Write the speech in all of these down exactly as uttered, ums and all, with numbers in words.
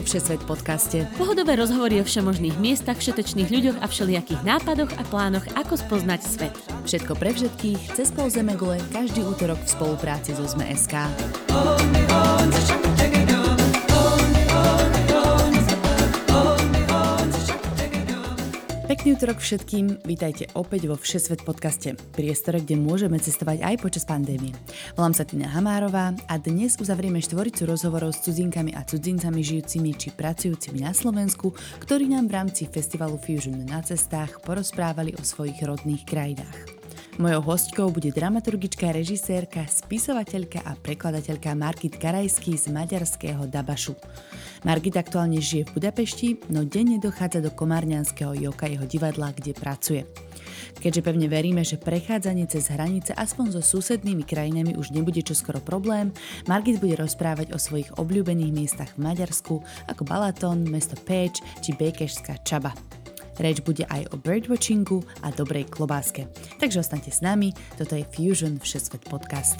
Všesvet podcaste. Pohodové rozhovory o všemožných miestach, všetečných ľuďoch a všelijakých nápadoch a plánoch, ako spoznať svet. Všetko pre všetkých, cez pol zemegule, každý útorok v spolupráci so zet em es ká. Pekný útorok všetkým, vítajte opäť vo Všesvet podcaste, priestore, kde môžeme cestovať aj počas pandémie. Volám sa Tina Hamárová a dnes uzavrieme štvoricu rozhovorov s cudzinkami a cudzincami žijúcimi či pracujúcimi na Slovensku, ktorí nám v rámci festivalu Fusion na cestách porozprávali o svojich rodných krajinách. Mojou hostkou bude dramaturgička, režisérka, spisovateľka a prekladateľka Margit Karajský z maďarského Dabašu. Margit aktuálne žije v Budapešti, no denne dochádza do komárňanského Jokajeho divadla, kde pracuje. Keďže pevne veríme, že prechádzanie cez hranice aspoň so susednými krajinami už nebude čoskoro problém, Margit bude rozprávať o svojich obľúbených miestach v Maďarsku ako Balaton, mesto Pécs či Békešská Csaba. Reč bude aj o birdwatchingu a dobrej klobáske. Takže ostaňte s nami, toto je Fusion Všesvet podcast.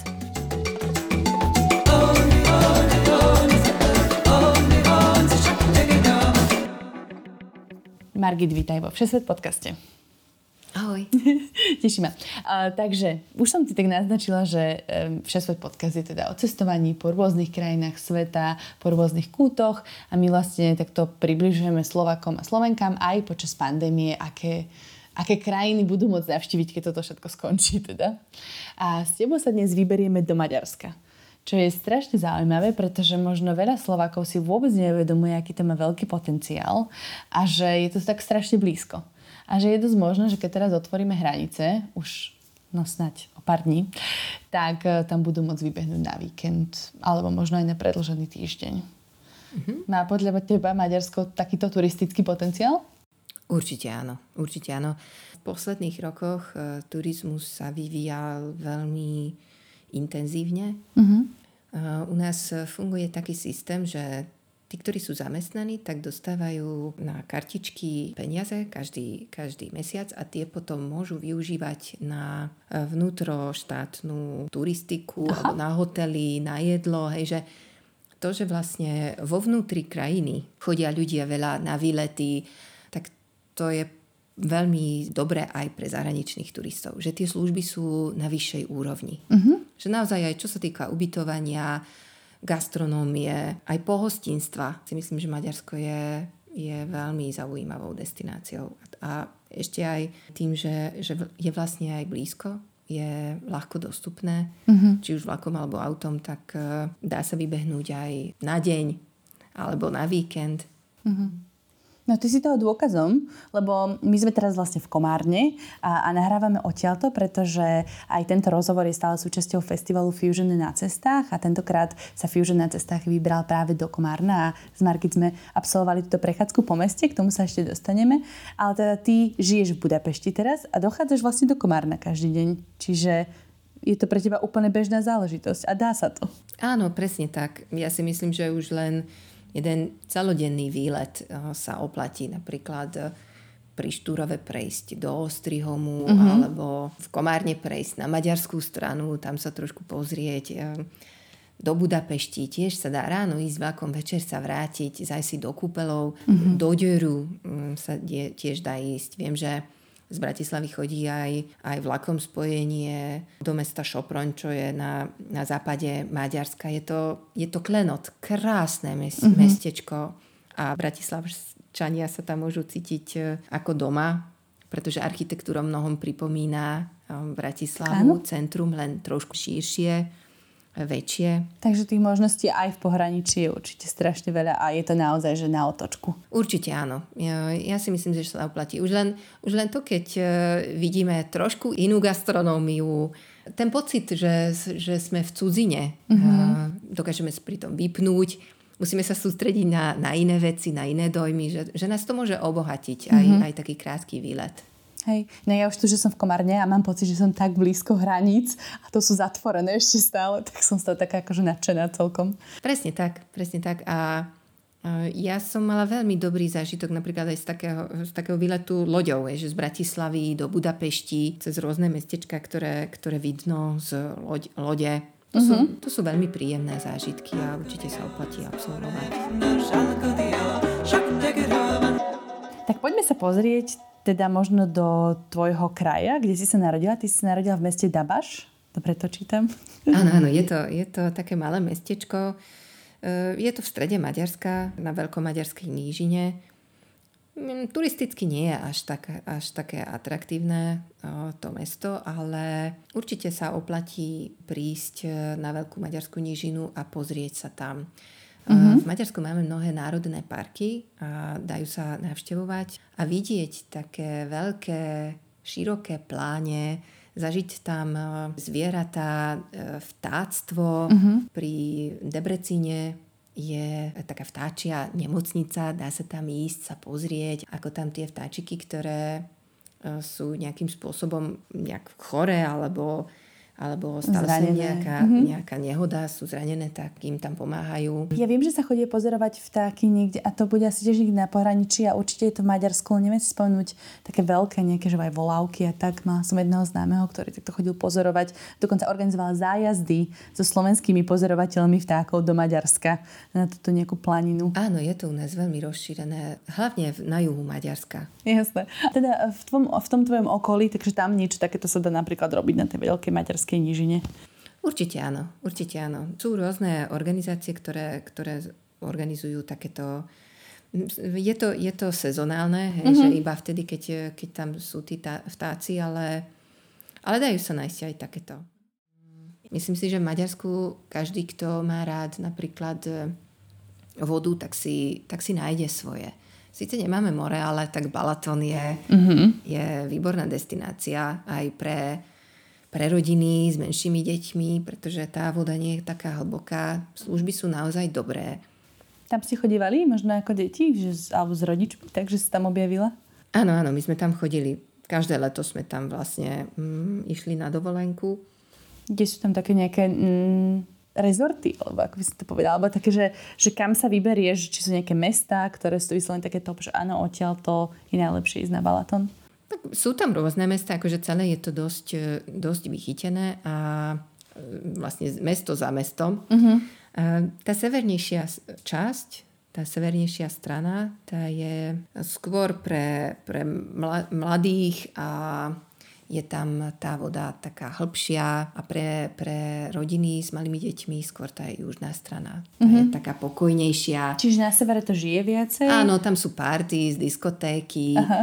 Margit, vítaj vo Všesvet podcaste. Ahoj. Teší ma. Uh, takže, už som ti tak naznačila, že um, Všesvet podcast je teda o cestovaní po rôznych krajinách sveta, po rôznych kútoch a my vlastne takto približujeme Slovákom a Slovenkám aj počas pandémie, aké, aké krajiny budú môcť navštíviť, keď toto všetko skončí teda. A s tebou sa dnes vyberieme do Maďarska. Čo je strašne zaujímavé, pretože možno veľa Slovákov si vôbec neuvedomuje, aký to má veľký potenciál a že je to tak strašne blízko. A že je dosť možné, že keď teraz otvoríme hranice, už no snáď o pár dní, tak tam budú môcť vybehnúť na víkend, alebo možno aj na predĺžený týždeň. Mm-hmm. Má podľa teba Maďarsko takýto turistický potenciál? Určite áno, určite áno. V posledných rokoch e, turizmus sa vyvíjal veľmi intenzívne. Mm-hmm. E, u nás funguje taký systém, že tí, ktorí sú zamestnaní, tak dostávajú na kartičky peniaze každý, každý mesiac a tie potom môžu využívať na vnútroštátnu turistiku alebo na hotely, na jedlo. Hej, že to, že vlastne vo vnútri krajiny chodia ľudia veľa na výlety, tak to je veľmi dobré aj pre zahraničných turistov. Že tie služby sú na vyššej úrovni. Uh-huh. Že naozaj aj čo sa týka ubytovania, gastronómie, aj pohostinstva. Si myslím, že Maďarsko je, je veľmi zaujímavou destináciou. A ešte aj tým, že, že je vlastne aj blízko, je ľahko dostupné, mm-hmm. či už vlakom alebo autom, tak uh, dá sa vybehnúť aj na deň alebo na víkend. Mm-hmm. No ty si toho dôkazom, lebo my sme teraz vlastne v Komárne a, a nahrávame odtiaľto, pretože aj tento rozhovor je stále súčasťou festivalu Fusion na cestách a tentokrát sa Fusion na cestách vybral práve do Komárna a s Margit sme absolvovali túto prechádzku po meste, k tomu sa ešte dostaneme, ale teda ty žiješ v Budapešti teraz a dochádzaš vlastne do Komárna každý deň, čiže je to pre teba úplne bežná záležitosť a dá sa to. Áno, presne tak. Ja si myslím, že už len jeden celodenný výlet sa oplatí, napríklad pri Štúrove prejsť do Ostrihomu mm-hmm. alebo v Komárne prejsť na maďarskú stranu, tam sa trošku pozrieť. Do Budapešti tiež sa dá ráno ísť vlakom, večer sa vrátiť, zajsť si do Kúpelov, mm-hmm. do Ďeru sa tiež dá ísť. Viem, že z Bratislavy chodí aj, aj vlakom spojenie do mesta Sopron, čo je na, na západe Maďarska. Je to, je to klenot, krásne mes, mm-hmm. mestečko a Bratislavčania sa tam môžu cítiť ako doma, pretože architektúra mnohom pripomína Bratislavu, Áno. centrum len trošku širšie, väčšie. Takže tých možností aj v pohraničí je určite strašne veľa a je to naozaj, že na otočku. Určite áno. Ja, ja si myslím, že sa oplatí. Už len, už len to, keď uh, vidíme trošku inú gastronómiu, ten pocit, že, že sme v cudzine, mm-hmm. uh, dokážeme si pri tom vypnúť, musíme sa sústrediť na, na iné veci, na iné dojmy, že, že nás to môže obohatiť aj, mm-hmm. aj taký krátky výlet. Hej, no ja už tu, že som v Komárne a mám pocit, že som tak blízko hraníc a to sú zatvorené ešte stále, tak som z toho taká akože nadšená celkom. Presne tak, presne tak a ja som mala veľmi dobrý zážitok napríklad aj z takého, z takého výletu loďou, že z Bratislavy do Budapešti cez rôzne mestečka, ktoré, ktoré vidno z loď, lode. To, mm-hmm. sú, to sú veľmi príjemné zážitky a určite sa oplatí absolvovať. poďme sa pozrieť teda možno do tvojho kraja, kde si sa narodila. Ty si sa narodila v meste Dabaš. Dobre to čítam? Áno, áno, je to, je to také malé mestečko. Je to v strede Maďarska, na Veľkomaďarskej nížine. Turisticky nie je až, tak, až také atraktívne to mesto, ale určite sa oplatí prísť na Veľkú Maďarskú nížinu a pozrieť sa tam. Uh-huh. V Maďarsku máme mnohé národné parky a dajú sa navštevovať a vidieť také veľké, široké pláne, zažiť tam zvieratá, vtáctvo. Uh-huh. Pri Debrecíne je taká vtáčia nemocnica, dá sa tam ísť, sa pozrieť, ako tam tie vtáčiky, ktoré sú nejakým spôsobom nejak choré alebo alebo stala sa nejaká, mm-hmm. nejaká nehoda, sú zranené, tak im tam pomáhajú. Ja viem, že sa chodí pozorovať vtáky niekde a to bude asi tiež niekde na pohraničí a určite je to v Maďarsku. Neviem si spomenúť také veľké nejaké, že aj volávky a tak. Mala som jedného známeho, ktorý takto chodil pozorovať. Dokonca organizoval zájazdy so slovenskými pozorovateľmi vtákov do Maďarska na túto nejakú planinu. Áno, je to u nás veľmi rozšírené, hlavne na juhu Maďarska. Jasné. Teda v tom, v tom tvojom okolí, takže tam niečo takéto sa dá napríklad robiť na tej veľkej maďarskej nížine? Určite áno, určite áno. Sú rôzne organizácie, ktoré, ktoré organizujú takéto. Je to, je to sezonálne, hej, mm-hmm. že iba vtedy, keď, keď tam sú tí tá, vtáci, ale, ale dajú sa nájsť aj takéto. Myslím si, že v Maďarsku každý, kto má rád napríklad vodu, tak si, tak si nájde svoje. Sice nemáme more, ale tak Balaton je, mm-hmm. je výborná destinácia aj pre pre rodiny s menšími deťmi, pretože tá voda nie je taká hlboká. Služby sú naozaj dobré. Tam si chodívali možno ako deti? Že, alebo s rodičmi, takže si tam objavila? Áno, áno, my sme tam chodili. Každé leto sme tam vlastne mm, išli na dovolenku. Kde sú tam také nejaké mm, rezorty? Alebo ako by si to povedala? Alebo také, že, že kam sa vyberieš? Či sú nejaké mestá, ktoré sú vyslovene také top, že áno, odtiaľ to je najlepšie ísť na Balaton? Tak sú tam rôzne mesta, akože celé je to dosť, dosť vychytené a vlastne mesto za mestom. Uh-huh. Tá severnejšia časť, tá severnejšia strana, tá je skôr pre, pre mladých a je tam tá voda taká hlbšia a pre, pre rodiny s malými deťmi skôr tá je južná strana. Tá mm-hmm. je taká pokojnejšia. Čiže na severe to žije viacej? Áno, tam sú party, diskotéky, uh,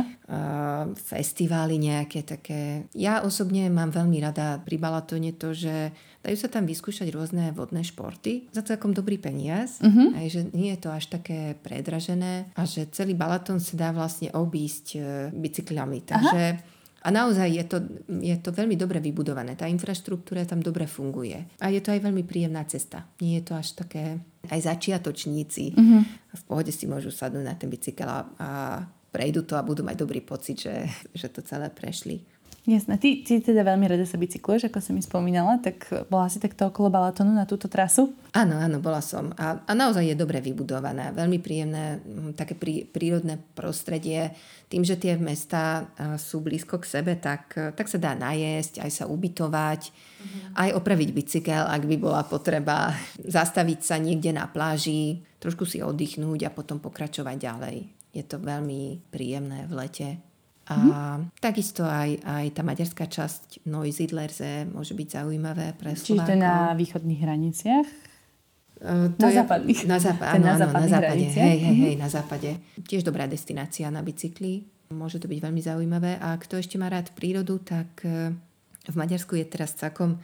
festivály nejaké také. Ja osobne mám veľmi rada pri Balatone to, že dajú sa tam vyskúšať rôzne vodné športy za celkom dobrý peniaz. Mm-hmm. Aj že nie je to až také predražené a že celý Balaton sa dá vlastne obísť bicyklami. Takže Aha. A naozaj je to, je to veľmi dobre vybudované. Tá infraštruktúra tam dobre funguje. A je to aj veľmi príjemná cesta. Nie je to až také. Aj začiatočníci mm-hmm. v pohode si môžu sadnúť na ten bicykel a, a prejdú to a budú mať dobrý pocit, že, že to celé prešli. Jasné. Ty, ty teda veľmi rada sa bicykluješ, ako som mi spomínala, tak bola si takto okolo Balatonu na túto trasu? Áno, áno, bola som. A, a naozaj je dobre vybudované. Veľmi príjemné, také prí, prírodné prostredie. Tým, že tie mestá sú blízko k sebe, tak, tak sa dá najesť, aj sa ubytovať, mhm. aj opraviť bicykel, ak by bola potreba, zastaviť sa niekde na pláži, trošku si oddychnúť a potom pokračovať ďalej. Je to veľmi príjemné v lete. A mm-hmm. takisto aj, aj tá maďarská časť Neusiedlersee môže byť zaujímavé pre Slovákov. Čiže to je na východných hraniciach? Uh, to na je, západných. Na, zápa- áno, na, áno, na západe. Hej, hej, hej, na západe. Tiež dobrá destinácia na bicykli. Môže to byť veľmi zaujímavé. A kto ešte má rád prírodu, tak v Maďarsku je teraz celkom,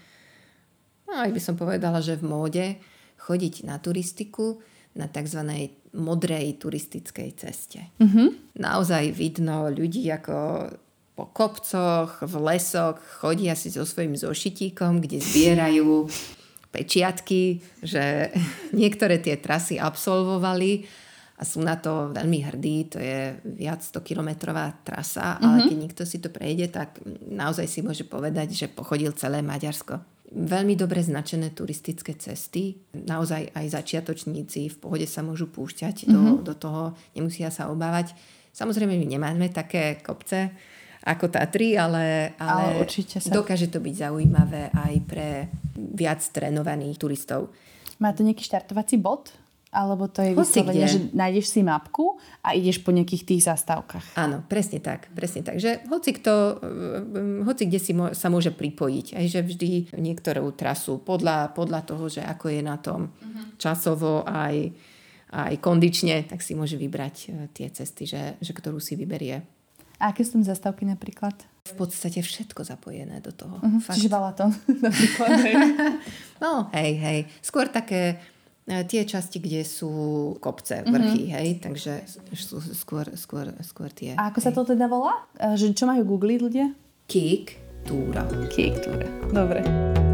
no aj by som povedala, že v móde chodiť na turistiku na tzv. Modrej turistickej ceste. Mm-hmm. Naozaj vidno ľudí ako po kopcoch, v lesoch, chodia si so svojím zošitíkom, kde zbierajú pečiatky, že niektoré tie trasy absolvovali a sú na to veľmi hrdí. To je viac stokilometrová trasa, mm-hmm. ale keď niekto si to prejde, tak naozaj si môže povedať, že pochodil celé Maďarsko. Veľmi dobre značené turistické cesty. Naozaj aj začiatočníci v pohode sa môžu púšťať mm-hmm. do, do toho, nemusia sa obávať. Samozrejme, my nemáme také kopce ako Tatry, ale, ale, ale sa... dokáže to byť zaujímavé aj pre viac trénovaných turistov. Má to nejaký štartovací bod? Alebo to je vyslovene, že nájdeš si mapku a ideš po nejakých tých zastávkach. Áno, presne tak. Presne tak. Že hoci kto, hoci kde si mo- sa môže pripojiť. Aj že vždy niektorú trasu podľa, podľa toho, že ako je na tom uh-huh. časovo aj, aj kondične, tak si môže vybrať tie cesty, že, že ktorú si vyberie. A aké sú tam zastávky napríklad? V podstate všetko zapojené do toho. Uh-huh. Čiže Balaton napríklad. Hej. No, hej, hej. Skôr také tie časti, kde sú kopce, vrchy, mm-hmm. hej, takže sú skôr, skôr, skôr tie. A ako hej. sa to teda volá? Že čo majú googliť ľudia? Kick túra. Kick túra, dobre.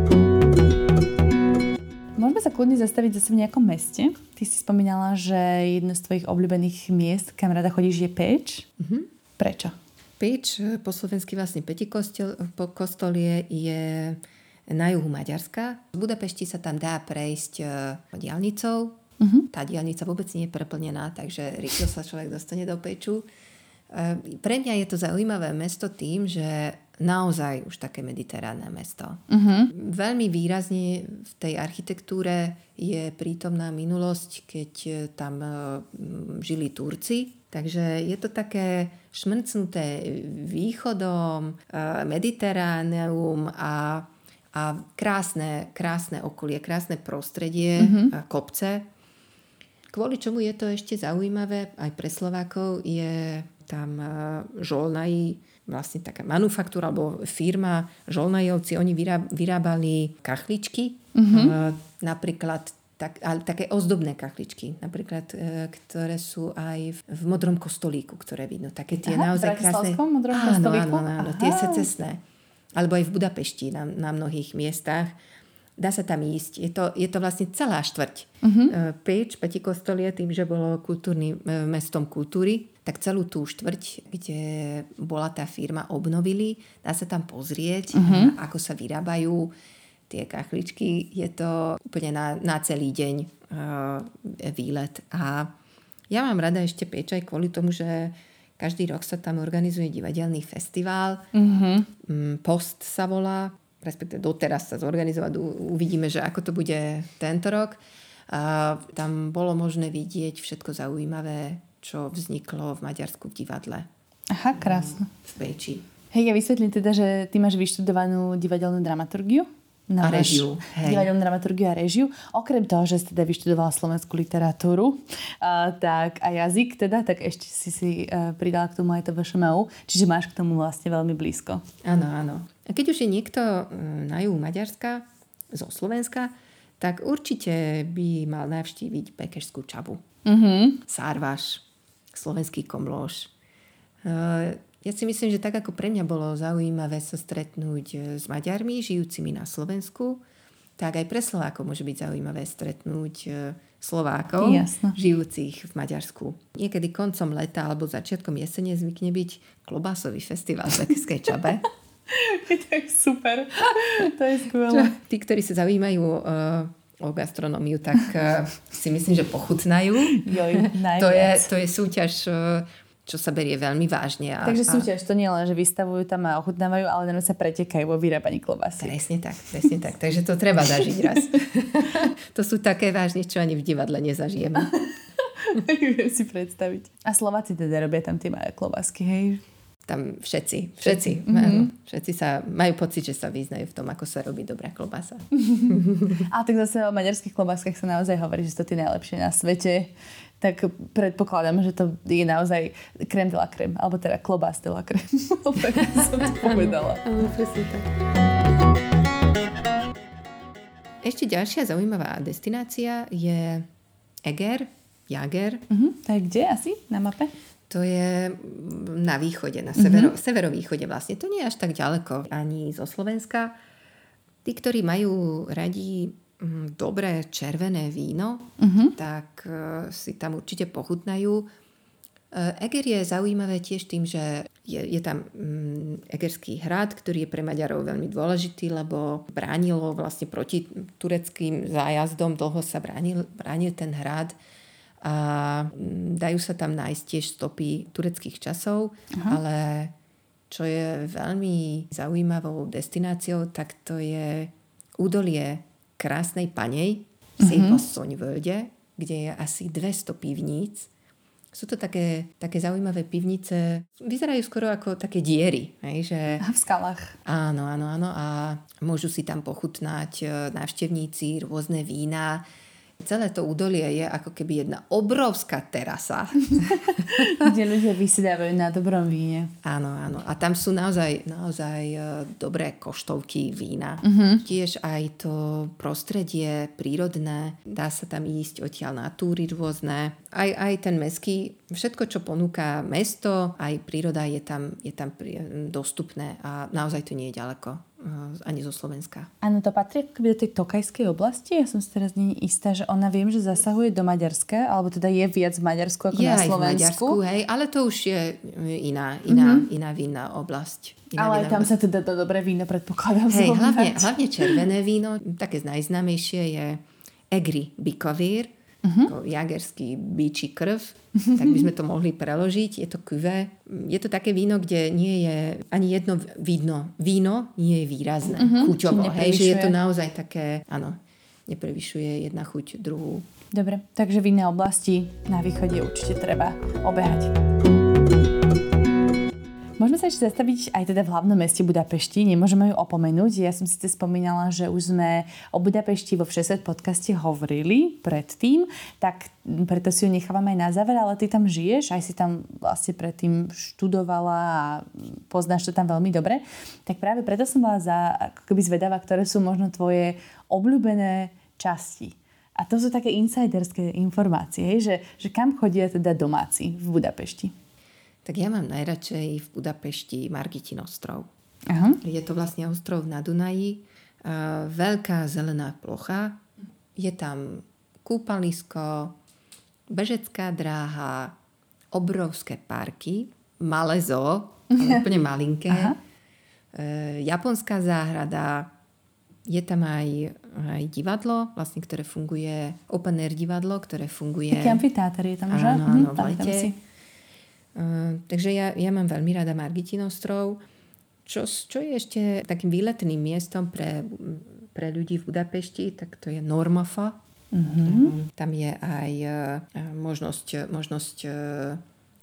Môžeme sa kľudne zastaviť zase v nejakom meste. Ty si spomínala, že jedno z tvojich obľúbených miest, kam rada chodíš, je Pécs. Mm-hmm. Prečo? Pécs, po slovensky vlastne Petikostolie, je na juhu Maďarska. V Budapešti sa tam dá prejsť diaľnicou. Uh-huh. Tá diaľnica vôbec nie je preplnená, takže rýchlo sa človek dostane do Pécsu. Pre mňa je to zaujímavé mesto tým, že naozaj už také mediteránne mesto. Uh-huh. Veľmi výrazne v tej architektúre je prítomná minulosť, keď tam žili Turci. Takže je to také šmrcnuté východom, Mediteráneum a a krásne, krásne okolie, krásne prostredie, mm-hmm. kopce. Kvôli čomu je to ešte zaujímavé aj pre Slovákov, je tam Žolnaji, vlastne taká manufaktúra alebo firma Žolnajovci, oni vyrábali kachličky, mm-hmm. napríklad tak, ale také ozdobné kachličky, napríklad, ktoré sú aj v, v modrom kostolíku, ktoré vidno. Také tie Aha, naozaj krásne. modrom áno, kostolíku? Áno, áno, áno, tie secesné. Alebo aj v Budapešti na, na mnohých miestach. Dá sa tam ísť. Je to, je to vlastne celá štvrť. Uh-huh. Pécs, Petikostolie, tým, že bolo kultúrnym mestom kultúry, tak celú tú štvrť, kde bola tá firma, obnovili. Dá sa tam pozrieť, uh-huh. ako sa vyrábajú tie kachličky. Je to úplne na, na celý deň uh, výlet. A ja mám rada ešte Pécs aj kvôli tomu, že každý rok sa tam organizuje divadelný festival. Mm-hmm. Post sa volá, respektíve doteraz sa zorganizovať. Uvidíme, že ako to bude tento rok. A tam bolo možné vidieť všetko zaujímavé, čo vzniklo v Maďarsku v divadle. Aha, krásne. V Pécsi. Hej, ja vysvetlím teda, že ty máš vyštudovanú divadelnú dramaturgiu. No, a režiu. Divadelnú dramaturgiu a režiu. Okrem toho, že si teda vyštudovala slovenskú literatúru, uh, tak a jazyk teda, tak ešte si si uh, pridala k tomu aj to vé šé em ú, čiže máš k tomu vlastne veľmi blízko. Áno, áno. A keď už je niekto na juhu Maďarska, zo Slovenska, tak určite by mal navštíviť Békešskú Csabu. Uh-huh. Szarvas, slovenský komlóš. Uh, Ja si myslím, že tak ako pre mňa bolo zaujímavé sa stretnúť s Maďarmi, žijúcimi na Slovensku, tak aj pre Slovákov môže byť zaujímavé stretnúť Slovákov, Jasno. žijúcich v Maďarsku. Niekedy koncom leta alebo začiatkom jesene zvykne byť klobásový festival v Békešskej Csabe. To je super. To je skvelé. Tí, ktorí sa zaujímajú uh, o gastronómiu, tak uh, si myslím, že pochutnajú. Joj, to, je, to je súťaž... Uh, čo sa berie veľmi vážne. A, Takže súťaž, to nie len, že vystavujú tam a ochutnávajú, ale naozaj sa pretekajú vo vyrábaní klobásy. Presne tak, presne tak. Takže to treba zažiť raz. To sú také vážne, čo ani v divadle nezažijeme. Viem si predstaviť. A Slováci teda robia tam tie klobásky, hej? Tam všetci, všetci. Mm-hmm. Všetci sa, majú pocit, že sa vyznajú v tom, ako sa robí dobrá klobása. A tak zase o maďarských klobáskach sa naozaj hovorí, že sú to tie najlepšie na svete. Tak predpokladám, že to je naozaj crème de la crème, alebo teda klobás de la crème. Tak som to povedala. Áno, presne tak. Ešte ďalšia zaujímavá destinácia je Eger, Jager. Uh-huh. To je kde asi na mape? To je na východe, na severo, uh-huh. severovýchode vlastne. To nie je až tak ďaleko ani zo Slovenska. Tí, ktorí majú radi dobré červené víno, uh-huh. tak uh, si tam určite pochutnajú. Uh, Eger je zaujímavé tiež tým, že je, je tam um, Egerský hrad, ktorý je pre Maďarov veľmi dôležitý, lebo bránilo vlastne proti tureckým zájazdom, dlho sa bránil, bránil ten hrad a um, dajú sa tam nájsť tiež stopy tureckých časov, uh-huh. ale čo je veľmi zaujímavou destináciou, tak to je údolie Krásnej Panej, Szép asszony völgye, kde je asi dvesto pivníc. Sú to také, také zaujímavé pivnice, vyzerajú skoro ako také diery. Hej, že... A v skalách. Áno, áno, áno. A môžu si tam pochutnať návštevníci rôzne vína. Celé to údolie je ako keby jedna obrovská terasa. Kde ľudia vysedávajú na dobrom víne. Áno, áno. A tam sú naozaj, naozaj dobré koštovky vína. Uh-huh. Tiež aj to prostredie prírodné. Dá sa tam ísť odtiaľ na túry rôzne. Aj, aj ten mestský, všetko, čo ponúka mesto, aj príroda je tam, je tam dostupné a naozaj to nie je ďaleko. Ani zo Slovenska. Áno, to patrí do tej Tokajskej oblasti? Ja som si teraz nie istá, že ona viem, že zasahuje do Maďarska, alebo teda je viac v Maďarsku ako je na Slovensku. Je aj v Maďarsku, hej, ale to už je iná, iná, mm-hmm. iná vinná oblasť. Iná ale vinná tam oblasť. sa teda to dobré víno predpokladám. Hej, hlavne, hlavne červené víno, také z najznámejšie je Egri Bikovír, uh-huh. jagerský bíčí krv, tak by sme to mohli preložiť. Je to cuvée. Je to také víno, kde nie je ani jedno víno. Víno nie je výrazné. Uh-huh. Chuťovo. Hej, že je to naozaj také, áno, neprevyšuje jedna chuť druhú. Dobre, takže v iné oblasti na východe určite treba obehať. Môžeme sa ešte zastaviť aj teda v hlavnom meste Budapešti, nemôžeme ju opomenúť. Ja som síce spomínala, že už sme o Budapešti vo Všesvet podcaste hovorili predtým, tak preto si ju nechávam aj na záver, ale ty tam žiješ, aj si tam vlastne predtým študovala a poznáš to tam veľmi dobre. Tak práve preto som bola za, ako keby zvedavá, ktoré sú možno tvoje obľúbené časti. A to sú také insiderské informácie, že, že kam chodia teda domáci v Budapešti? Tak ja mám najradšej v Budapešti Margitin ostrov. Aha. Je to vlastne ostrov na Dunaji. Veľká zelená plocha. Je tam kúpalisko, bežecká dráha, obrovské parky, malé zoo, ale úplne malinké. Aha. Japonská záhrada. Je tam aj, aj divadlo, vlastne, ktoré funguje, open air divadlo, ktoré funguje... Taký amfiteáter je tam, že? Áno, áno, v lete. Uh, takže ja, ja mám veľmi rada Margitin ostrov, čo, čo je ešte takým výletným miestom pre, pre ľudí v Budapešti, tak to je Normafa. Uh-huh. Um, tam je aj uh, možnosť, možnosť uh,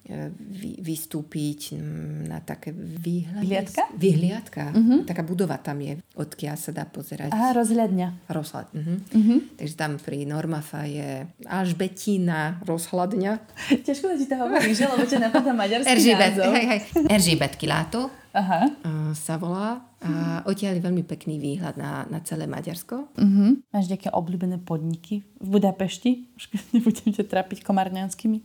vy, vystúpiť na také výhľadka. Výhľadka. Uh-huh. Taká budova tam je, odkiaľ sa dá pozerať. Aha, rozhľadňa. Rozhľad. Uh-huh. Uh-huh. Takže tam pri Normafa je Alžbetína rozhľadňa. Ťažko sa ti to hovorí, že? Lebo ťa napadá maďarský Erzsébet, názov. hej, hej. Erzsébet Kiláto Aha. Uh, sa volá. A odtiaľ je veľmi pekný výhľad na, na celé Maďarsko. Uh-huh. Máš nejaké obľúbené podniky v Budapešti? Už nebudem ťa trápiť komárňanskými.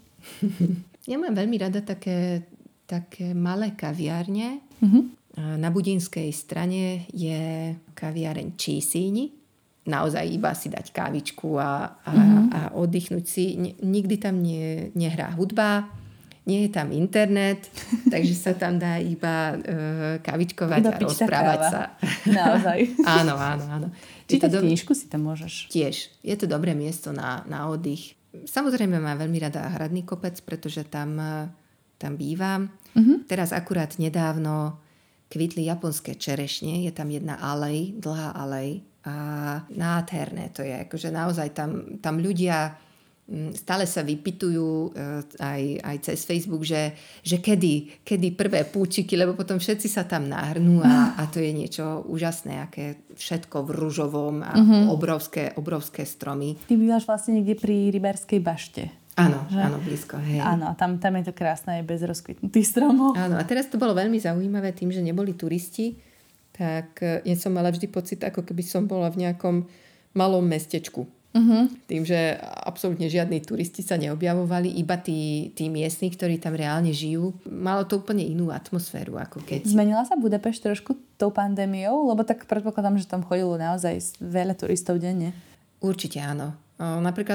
Ja mám veľmi rada také, také malé kaviárne. Uh-huh. Na Budinskej strane je kaviareň Čísíni. Naozaj iba si dať kávičku a, a, uh-huh. a oddychnúť si. Nikdy tam nie, nehrá hudba, nie je tam internet, takže sa tam dá iba uh, kávičkovať a rozprávať sa. Naozaj. Áno, áno, áno. Čítať do... knižku si tam môžeš. Tiež. Je to dobré miesto na, na oddych. Samozrejme mám veľmi rada Hradný kopec, pretože tam, tam bývam. Uh-huh. Teraz akurát nedávno kvitli japonské čerešne. Je tam jedna alej, dlhá alej. A nádherné to je. Akože naozaj tam, tam ľudia stále sa vypytujú aj, aj cez Facebook, že, že kedy, kedy prvé púčiky, lebo potom všetci sa tam nahrnú a, a to je niečo úžasné, aké všetko v ružovom a uh-huh. obrovské, obrovské stromy. Ty bývaš vlastne niekde pri Rybárskej bašte. Áno, že? áno, blízko. Hej. Áno, tam, tam je to krásne aj bez rozkvitnutých stromov. Áno, a teraz to bolo veľmi zaujímavé tým, že neboli turisti, tak ja som mala vždy pocit, ako keby som bola v nejakom malom mestečku. Uh-huh. Tým, že absolútne žiadni turisti sa neobjavovali, iba tí, tí miestni, ktorí tam reálne žijú. Malo to úplne inú atmosféru. Ako keď... Zmenila sa Budapešť trošku tou pandémiou? Lebo tak predpokladám, že tam chodilo naozaj veľa turistov denne. Určite áno. Napríklad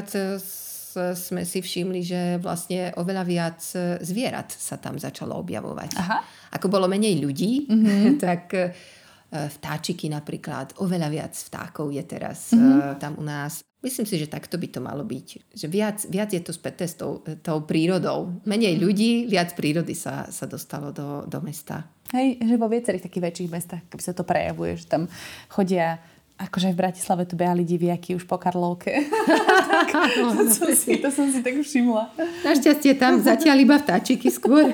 sme si všimli, že vlastne oveľa viac zvierat sa tam začalo objavovať. Aha. Ako bolo menej ľudí, uh-huh. tak vtáčiky napríklad, oveľa viac vtákov je teraz uh-huh. tam u nás. Myslím si, že takto by to malo byť. Že viac, viac je to späté s tou, tou prírodou. Menej ľudí, viac prírody sa, sa dostalo do, do mesta. Hej, že vo viacerých takých väčších mestách, keby sa to prejavuje, že tam chodia Akože v Bratislave tu behali diviaky už po Karlovke. No, to, som si, to som si tak všimla. Našťastie tam zatiaľ iba vtáčiky skôr.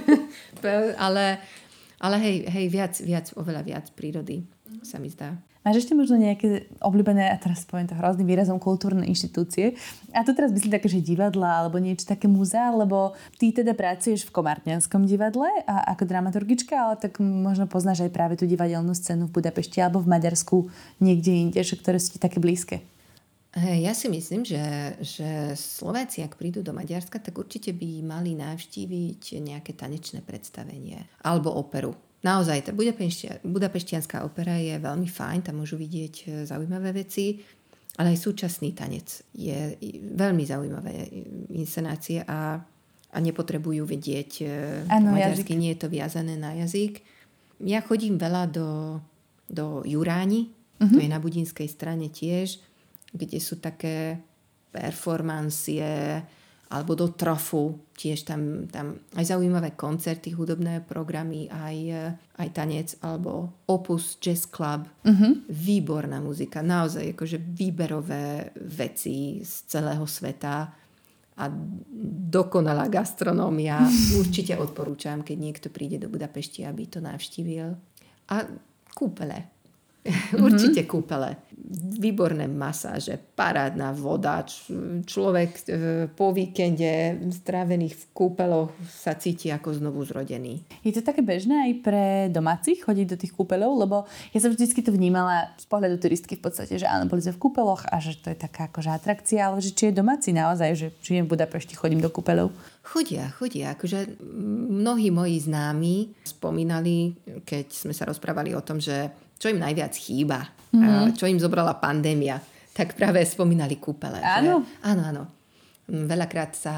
ale, ale hej, hej viac, viac, oveľa viac prírody sa mi zdá. Máš ešte možno nejaké obľúbené, a teraz poviem to hrozným výrazom, kultúrne inštitúcie? A to teraz myslím také, že divadla alebo niečo také múzea, lebo ty teda pracuješ v Komárňanskom divadle a ako dramaturgička, ale tak možno poznáš aj práve tú divadelnú scénu v Budapešti alebo v Maďarsku niekde inde, že ktoré sú ti také blízke. Ja si myslím, že, že Slováci, ak prídu do Maďarska, tak určite by mali navštíviť nejaké tanečné predstavenie alebo operu. Naozaj, tá Budapešťanská opera je veľmi fajn, tam môžu vidieť zaujímavé veci, ale aj súčasný tanec je veľmi zaujímavé inscenácie a, a nepotrebujú vedieť ano, maďarsky, jazyk. Nie je to viazané na jazyk. Ja chodím veľa do, do Juráni, uh-huh. to je na Budinskej strane tiež, kde sú také performancie, alebo do Trofu, tiež tam, tam aj zaujímavé koncerty, hudobné programy, aj, aj tanec, alebo Opus Jazz Club. Uh-huh. Výborná muzika, naozaj akože výberové veci z celého sveta a dokonalá gastronómia. Určite odporúčam, keď niekto príde do Budapešti, aby to navštívil. A kúpele. Určite kúpele. Výborné masáže, parádna voda. Človek po víkende strávených v kúpeloch sa cíti ako znovu zrodený. Je to také bežné aj pre domácich chodiť do tých kúpeľov? Lebo ja som vždycky to vnímala z pohľadu turistky v podstate, že áno, boli sme v kúpeloch a že to je taká akože atrakcia, ale že či je domáci naozaj, že žijem v Budapešti, chodím do kúpeľov? Chodia, chodia. Akože mnohí moji známi spomínali, keď sme sa rozprávali o tom, že čo im najviac chýba, mm-hmm. čo im zobrala pandémia, tak práve spomínali kúpele. Áno? Že, áno, áno. Veľakrát sa,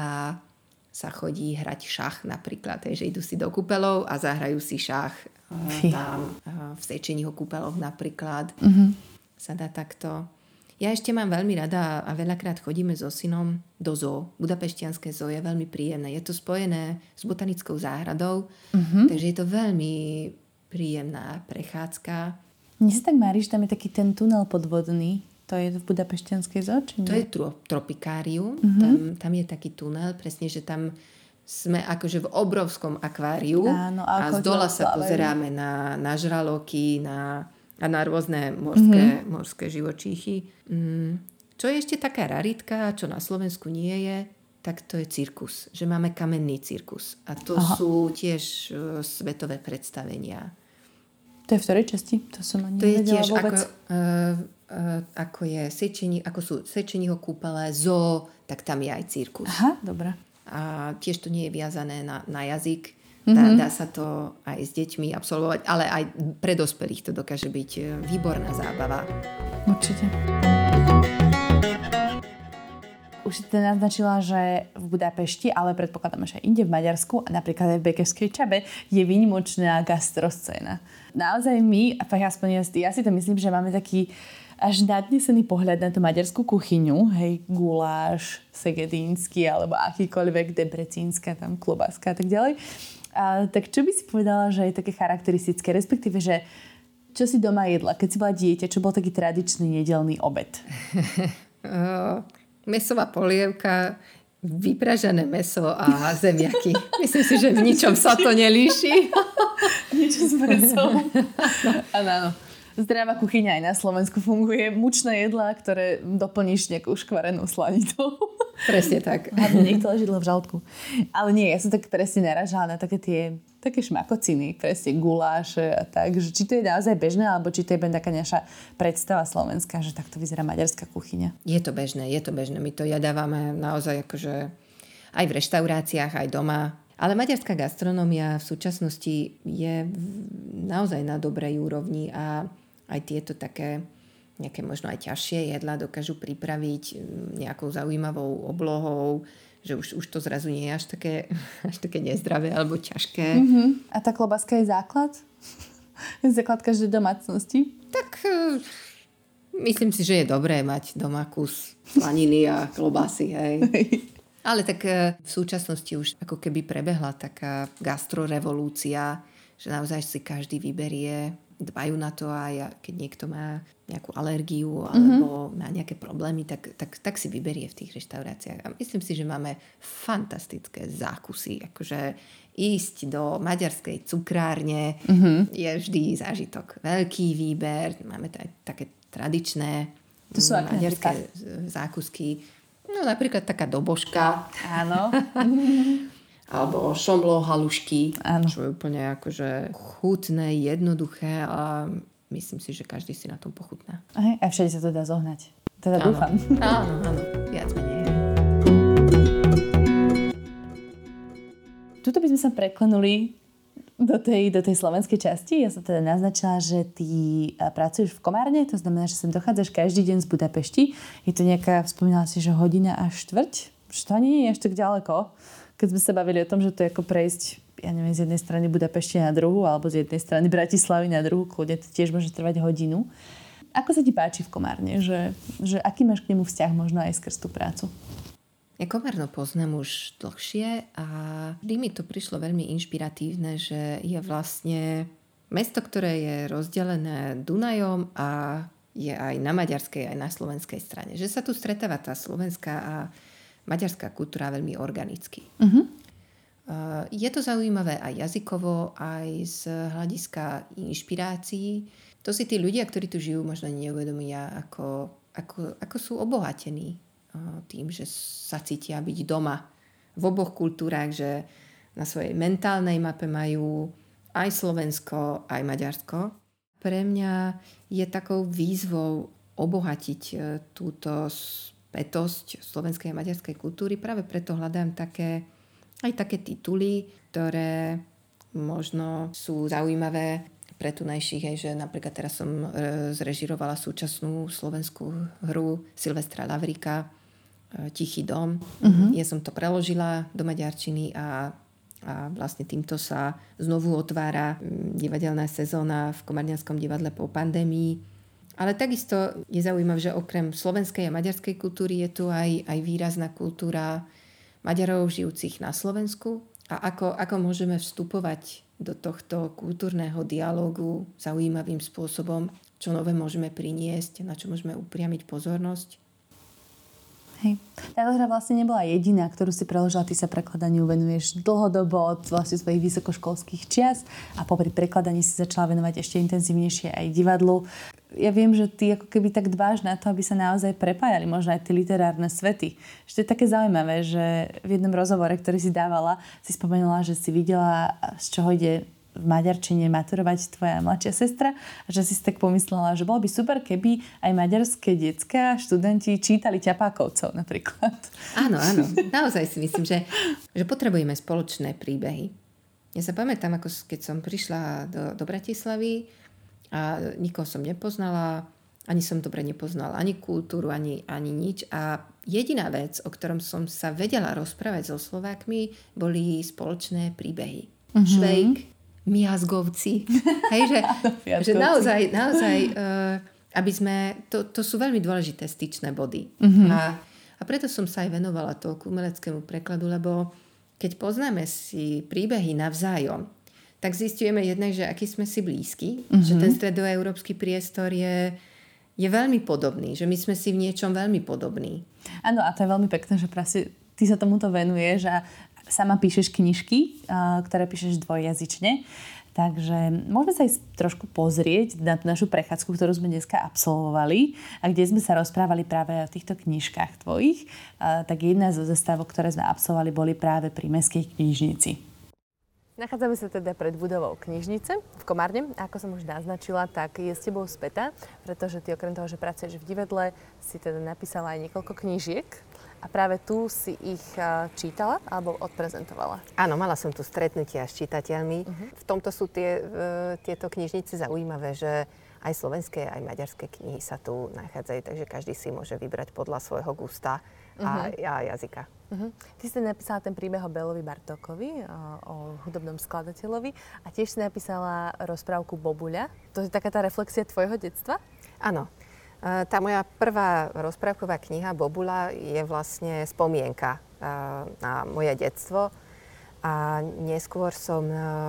sa chodí hrať šach napríklad, že idú si do kúpelov a zahrajú si šach Fy. tam v Sečeního kúpeloch napríklad. Mm-hmm. Sa dá takto. Ja ešte mám veľmi rada a veľakrát chodíme so synom do zoo. Budapešťanské zoo je veľmi príjemné. Je to spojené s botanickou záhradou, mm-hmm. takže je to veľmi príjemná prechádzka. Mne sa tak mári, že tam je taký ten tunel podvodný. To je v Budapešťanskej zoo? To je tro, tropikárium. Uh-huh. Tam, tam je taký tunel, presne, že tam sme akože v obrovskom akváriu. Áno, a z dola sa pozeráme na, na žraloky, na, a na rôzne morské, uh-huh. morské živočíchy. Mm. Čo je ešte taká raritka, čo na Slovensku nie je, tak to je cirkus. Že máme kamenný cirkus. A to Aha. sú tiež uh, svetové predstavenia. To je v ktorej časti? To som ani to je nevedela tiež vôbec. Ako, uh, uh, ako, je sečení, ako sú Sečeního kúpele, zoo, tak tam je aj cirkus. Aha, dobré. A tiež to nie je viazané na, na jazyk. Dá, mm-hmm. dá sa to aj s deťmi absolvovať, ale aj pre dospelých to dokáže byť výborná zábava. Určite. Už si teda naznačila, že v Budapešti, ale predpokladám, že aj inde v Maďarsku a napríklad aj v Bekeskej Čabe je výnimočná gastroscéna. Naozaj my, a aspoň ja, ja si to myslím, že máme taký až nadnesený pohľad na tú maďarskú kuchyňu, hej, guláš, segedínsky alebo akýkoľvek, debrecínska, tam klobáska a tak ďalej. A, tak čo by si povedala, že je také charakteristické, respektíve, že čo si doma jedla, keď si bola dieťa, čo bol taký tradičný nedeľný obed? Mesová polievka, vypražené mäso a zemiaky. Myslím si, že v ničom sa to nelíši. Niečo s mesom. Áno, áno. Zdravá kuchyňa aj na Slovensku funguje. Mučné jedlá, ktoré doplníš nejakou škvarenou slanitou. Presne tak. Hlavne niekto ležidlo v žalúdku. Ale nie, ja som tak presne naražala na také tie také šmakociny, presne guláše a tak. Že či to je naozaj bežné, alebo či to je taká naša predstava slovenská, že takto vyzerá maďarská kuchyňa. Je to bežné, je to bežné. My to jadávame naozaj akože aj v reštauráciách, aj doma. Ale maďarská gastronómia v súčasnosti je naozaj na dobrej úrovni a aj tieto také nejaké možno aj ťažšie jedlá dokážu pripraviť nejakou zaujímavou oblohou, že už, už to zrazu nie je až také, až také nezdravé alebo ťažké. Mm-hmm. A tá klobáska je základ? Je základ každej domácnosti? Tak myslím si, že je dobré mať doma kus slaniny a klobásy, hej. Ale tak v súčasnosti už ako keby prebehla taká gastrorevolúcia, že naozaj si každý vyberie dbajú na to aj, keď niekto má nejakú alergiu alebo mm-hmm. má nejaké problémy, tak, tak, tak si vyberie v tých reštauráciách. A myslím si, že máme fantastické zákusy. Akože ísť do maďarskej cukrárne mm-hmm. je vždy zážitok. Veľký výber, máme aj také tradičné to sú maďarské zákusky. No napríklad taká dobožka. Áno. Alebo šomlo, halušky. Áno. Čo je úplne akože chutné, jednoduché a myslím si, že každý si na tom pochutná. Aha, a všade sa to dá zohnať. Teda áno. dúfam. Áno, áno. Viac menej. Tuto by sme sa preklenuli do tej, do tej slovenskej časti. Ja som teda naznačila, že ty pracuješ v Komárne, to znamená, že sem dochádzaš každý deň z Budapešti. Je to nejaká, spomínala si, že hodina a štvrť? Že to ani nie je až tak ďaleko. Keď sme sa bavili o tom, že to je ako prejsť, ja neviem, z jednej strany Budapešti na druhú, alebo z jednej strany Bratislavy na druhú, kľudne to tiež môže trvať hodinu. Ako sa ti páči v Komárne? Že, že aký máš k nemu vzťah možno aj skrz tú prácu? Ja Komárno poznám už dlhšie a vždy mi to prišlo veľmi inšpiratívne, že je vlastne mesto, ktoré je rozdelené Dunajom a je aj na maďarskej, aj na slovenskej strane. Že sa tu stretáva tá slovenská a maďarská kultúra veľmi organicky. Uh-huh. Je to zaujímavé aj jazykovo, aj z hľadiska inšpirácií. To si tí ľudia, ktorí tu žijú, možno neuvedomia, ako, ako, ako sú obohatení tým, že sa cítia byť doma v oboch kultúrách, že na svojej mentálnej mape majú aj Slovensko, aj Maďarsko. Pre mňa je takou výzvou obohatiť túto spätosť slovenskej a maďarskej kultúry. Práve preto hľadám také, aj také tituly, ktoré možno sú zaujímavé pre tunajších, aj že napríklad teraz som zrežirovala súčasnú slovenskú hru Silvestra Lavríka Tichý dom. Uh-huh. Ja som to preložila do maďarčiny a, a vlastne týmto sa znovu otvára divadelná sezóna v Komárňanskom divadle po pandémii. Ale takisto je zaujímavé, že okrem slovenskej a maďarskej kultúry je tu aj, aj výrazná kultúra Maďarov žijúcich na Slovensku. A ako, ako môžeme vstupovať do tohto kultúrneho dialógu zaujímavým spôsobom, čo nové môžeme priniesť, na čo môžeme upriamiť pozornosť. Hej. Táto hra vlastne nebola jediná, ktorú si preložila. Ty sa prekladaniu venuješ dlhodobo od vlastne svojich vysokoškolských čias a popri prekladaní si začala venovať ešte intenzívnejšie aj divadlu. Ja viem, že ty ako keby tak dbáš na to, aby sa naozaj prepájali možno aj tie literárne svety. Že to je také zaujímavé, že v jednom rozhovore, ktorý si dávala, si spomenula, že si videla, z čoho ide v maďarčine maturovať tvoja mladšia sestra a že si si tak pomyslela, že bolo by super, keby aj maďarské decká, študenti čítali Ťapákovcov napríklad. Áno, áno. Naozaj si myslím, že, že potrebujeme spoločné príbehy. Ja sa pamätám, ako keď som prišla do, do Bratislavy a nikoho som nepoznala, ani som dobre nepoznala ani kultúru, ani, ani nič. A jediná vec, o ktorom som sa vedela rozprávať so Slovákmi, boli spoločné príbehy. Mm-hmm. Švejk, miazgovci. Hej, že, že naozaj, naozaj uh, aby sme, to, to sú veľmi dôležité styčné body. Mm-hmm. A, a preto som sa aj venovala toľku umeleckému prekladu, lebo keď poznáme si príbehy navzájom, tak zistujeme jednak, že aký sme si blízki, mm-hmm. že ten stredoeurópsky priestor je, je veľmi podobný, že my sme si v niečom veľmi podobní. Áno, a to je veľmi pekné, že prasi, ty sa tomuto venuješ a sama píšeš knižky, ktoré píšeš dvojjazyčne. Takže môžeme sa ísť trošku pozrieť na našu prechádzku, ktorú sme dneska absolvovali a kde sme sa rozprávali práve o týchto knižkách tvojich. Tak jedna zo zastávok, ktoré sme absolvovali, boli práve pri Mestskej knižnici. Nachádzame sa teda pred budovou knižnice v Komárne. Ako som už naznačila, tak je s tebou spätá, pretože ty okrem toho, že pracuješ v divadle, si teda napísala aj niekoľko knížiek. A práve tu si ich čítala alebo odprezentovala? Áno, mala som tu stretnutia s čitateľmi. Uh-huh. V tomto sú tie, tieto knižnice zaujímavé, že aj slovenské, aj maďarské knihy sa tu nachádzajú, takže každý si môže vybrať podľa svojho gusta a, uh-huh. a jazyka. Uh-huh. Ty si napísala ten príbeh o Belovi Bartókovi, o, o hudobnom skladateľovi a tiež si napísala rozprávku Bobuľa. To je taká tá reflexia tvojho detstva? Áno. Tá moja prvá rozprávková kniha Bobuľa je vlastne spomienka na moje detstvo a neskôr som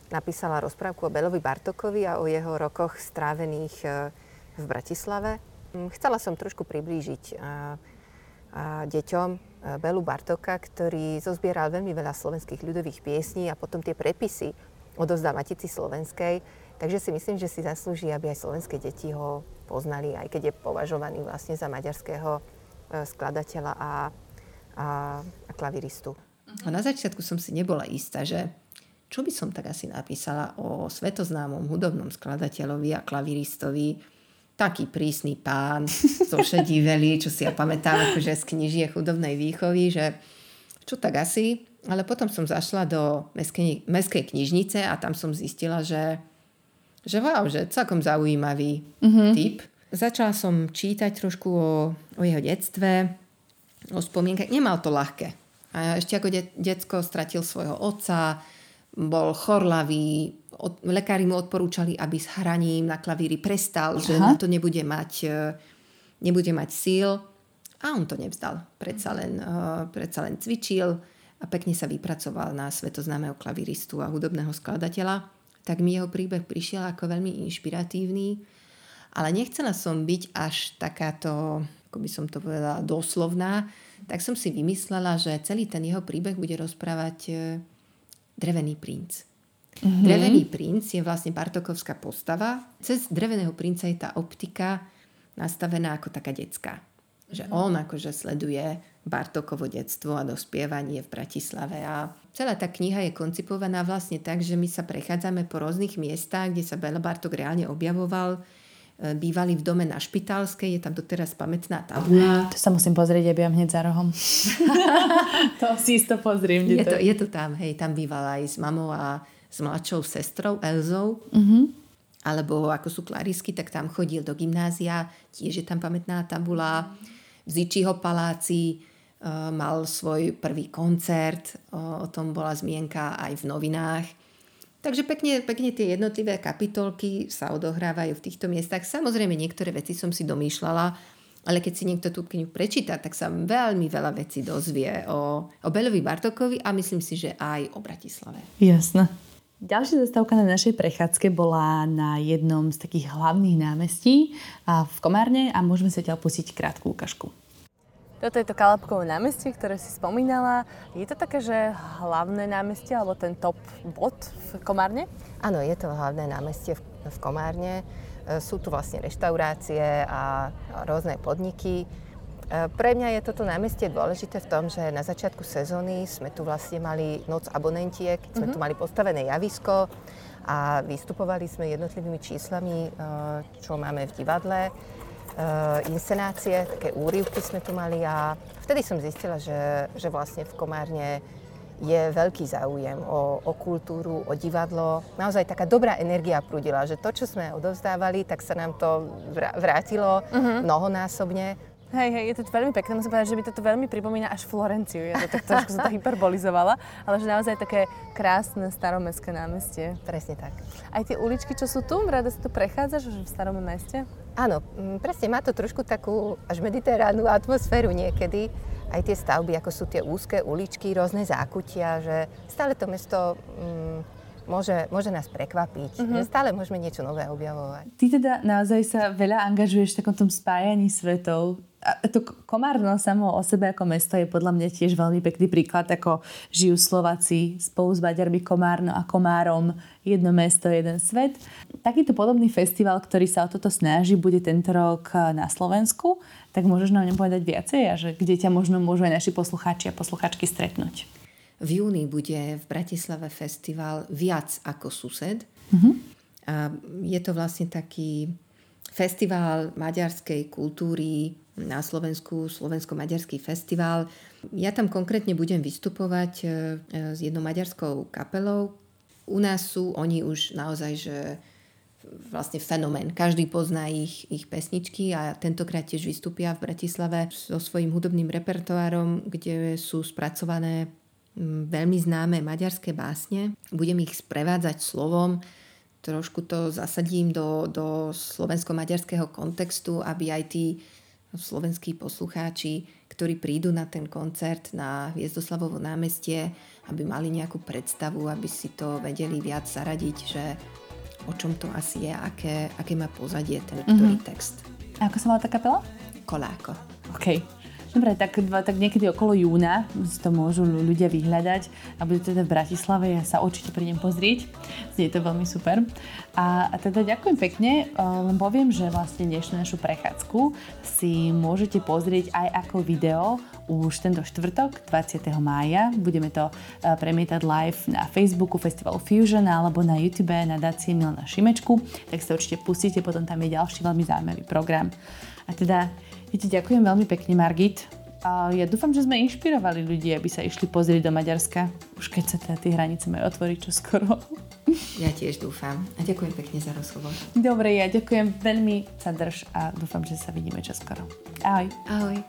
napísala rozprávku o Belovi Bartókovi a o jeho rokoch strávených v Bratislave. Chcela som trošku priblížiť a, a deťom Belu Bartóka, ktorý zozbieral veľmi veľa slovenských ľudových piesní a potom tie prepisy odovzdal Matici slovenskej. Takže si myslím, že si zaslúži, aby aj slovenské deti ho poznali, aj keď je považovaný vlastne za maďarského skladateľa a, a, a klaviristu. A na začiatku som si nebola istá, že čo by som tak asi napísala o svetoznámom hudobnom skladateľovi a klaviristovi. Taký prísny pán, zo šediveli, čo si ja pamätám akože z knižiek hudobnej výchovy, že čo tak asi. Ale potom som zašla do mestskej, mestskej knižnice a tam som zistila, že, že wow, že celkom zaujímavý mm-hmm. typ. Začala som čítať trošku o, o jeho detstve, o spomienkach. Nemal to ľahké. A ešte ako de- decko stratil svojho otca, bol chorlavý, od, lekári mu odporúčali, aby s hraním na klavíri prestal, Aha. že na to nebude mať, nebude mať síl. A on to nevzdal. Predsa len, uh, predsa len cvičil a pekne sa vypracoval na svetoznámeho klaviristu a hudobného skladateľa. Tak mi jeho príbeh prišiel ako veľmi inšpiratívny. Ale nechcela som byť až takáto, ako by som to povedala, doslovná. Tak som si vymyslela, že celý ten jeho príbeh bude rozprávať Drevený princ. Mm-hmm. Drevený princ je vlastne Bartókovská postava. Cez Dreveného princa je tá optika nastavená ako taká detská. Že on akože sleduje Bartókovo detstvo a dospievanie v Bratislave. A celá tá kniha je koncipovaná vlastne tak, že my sa prechádzame po rôznych miestach, kde sa Béla Bartók reálne objavoval. Bývali v dome na Špitálskej, je tam doteraz pamätná tabuľa. To sa musím pozrieť, ja bývam hneď za rohom. To si isto pozriem. Je to, je to tam, hej, tam bývala aj s mamou a s mladšou sestrou Elzou. Uh-huh. Alebo ako sú klarisky, tak tam chodil do gymnázia, tiež je tam pamätná tabuľa. V Zičího paláci uh, mal svoj prvý koncert, o, o tom bola zmienka aj v novinách. Takže pekne, pekne tie jednotlivé kapitolky sa odohrávajú v týchto miestach. Samozrejme, niektoré veci som si domýšľala, ale keď si niekto tú knihu prečíta, tak sa veľmi veľa vecí dozvie o, o Belovi Bartókovi a myslím si, že aj o Bratislave. Jasné. Ďalšia zastávka na našej prechádzke bola na jednom z takých hlavných námestí v Komárne a môžeme sa ťa pustiť krátku ukážku. Toto je to Kalabkovo námestie, ktoré si spomínala. Je to také, že hlavné námestie, alebo ten top bod v Komárne? Áno, je to hlavné námestie v, v Komárne. Sú tu vlastne reštaurácie a rôzne podniky. Pre mňa je toto námestie dôležité v tom, že na začiatku sezóny sme tu vlastne mali noc abonentiek, sme mm-hmm. tu mali postavené javisko a vystupovali sme jednotlivými číslami, čo máme v divadle. Uh, inscenácie, také úryvky sme tu mali a vtedy som zistila, že, že vlastne v Komárne je veľký záujem o, o kultúru, o divadlo. Naozaj taká dobrá energia prúdila, že to, čo sme odovzdávali, tak sa nám to vrátilo uh-huh. mnohonásobne. Hej, hej, je to veľmi pekné. Musím povedať, že mi toto veľmi pripomína až Florenciu. Ja to tak trošku som to hyperbolizovala, ale že naozaj také krásne staromestské námestie. Presne tak. Aj tie uličky, čo sú tu, rada si tu prechádzaš v starom meste? Áno, presne, má to trošku takú až mediteránnu atmosféru niekedy. Aj tie stavby, ako sú tie úzke uličky, rôzne zákutia, že stále to mesto mm, môže, môže nás prekvapiť. Mm-hmm. Že stále môžeme niečo nové objavovať. Ty teda naozaj sa veľa angažuješ v takom tom spájaní svetov. A to Komárno samo o sebe ako mesto je podľa mňa tiež veľmi pekný príklad, ako žijú Slováci spolu s Maďarmi, Komárno a Komárom, jedno mesto, jeden svet. Takýto podobný festival, ktorý sa o toto snaží, bude tento rok na Slovensku, tak môžeš nám povedať viacej a že kde ťa možno môžu aj naši poslucháči a poslucháčky stretnúť? V júni bude v Bratislave festival Viac ako sused. Uh-huh. A je to vlastne taký festival maďarskej kultúry na Slovensku, Slovensko-maďarský festival. Ja tam konkrétne budem vystupovať s jednou maďarskou kapelou. U nás sú oni už naozaj, že vlastne fenomén. Každý pozná ich, ich pesničky a tentokrát tiež vystúpia v Bratislave so svojím hudobným repertoárom, kde sú spracované veľmi známe maďarské básne. Budem ich sprevádzať slovom, trošku to zasadím do, do slovensko-maďarského kontextu, aby aj tí slovenskí poslucháči, ktorí prídu na ten koncert na Hviezdoslavovo námestie, aby mali nejakú predstavu, aby si to vedeli viac zaradiť, že o čom to asi je, aké, aké má pozadie ten ktorý mm-hmm. text. A ako sa volá tá kapela? Koláko. OK. Dobre, tak, tak niekedy okolo júna si to môžu ľudia vyhľadať a bude teda v Bratislave, ja sa určite prídem pozrieť. Je to veľmi super. A, a teda ďakujem pekne, len poviem, že vlastne dnešnú našu prechádzku si môžete pozrieť aj ako video už tento štvrtok, dvadsiateho mája. Budeme to premietať live na Facebooku Festivalu Fusion alebo na YouTube nadácie Milana Šimečku. Tak si to určite pustíte, potom tam je ďalší veľmi zaujímavý program. A teda ja ti ďakujem veľmi pekne, Margit. A ja dúfam, že sme inšpirovali ľudí, aby sa išli pozrieť do Maďarska, už keď sa teda tie hranice majú otvoriť čoskoro. Ja tiež dúfam. A ďakujem pekne za rozhovor. Dobre, ja ďakujem veľmi, sa drž a dúfam, že sa vidíme čoskoro. Ahoj. Ahoj.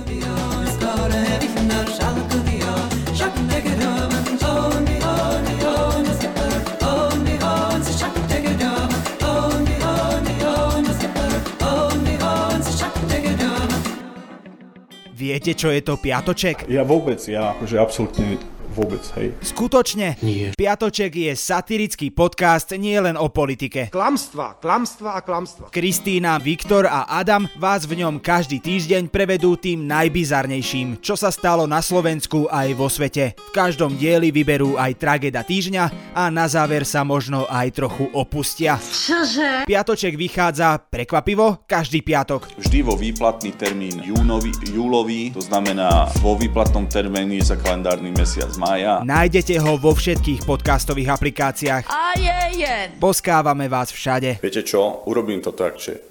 Viete, čo je to piatoček? Ja vôbec, ja akože absolútne vôbec, hej. Skutočne? Nie. Piatoček je satirický podcast nie len o politike. Klamstva, klamstva a klamstva. Kristína, Viktor a Adam vás v ňom každý týždeň prevedú tým najbizarnejším, čo sa stalo na Slovensku aj vo svete. V každom dieli vyberú aj tragéda týždňa a na záver sa možno aj trochu opustia. Čože? Piatoček vychádza prekvapivo každý piatok. Vždy vo výplatný termín júnový, júlový, to znamená vo výplatnom termíne za kalendárny mesiac mája. Nájdete ho vo všetkých podcastových aplikáciách. A je, je. Poskávame vás všade. Viete čo? Urobím to tak, že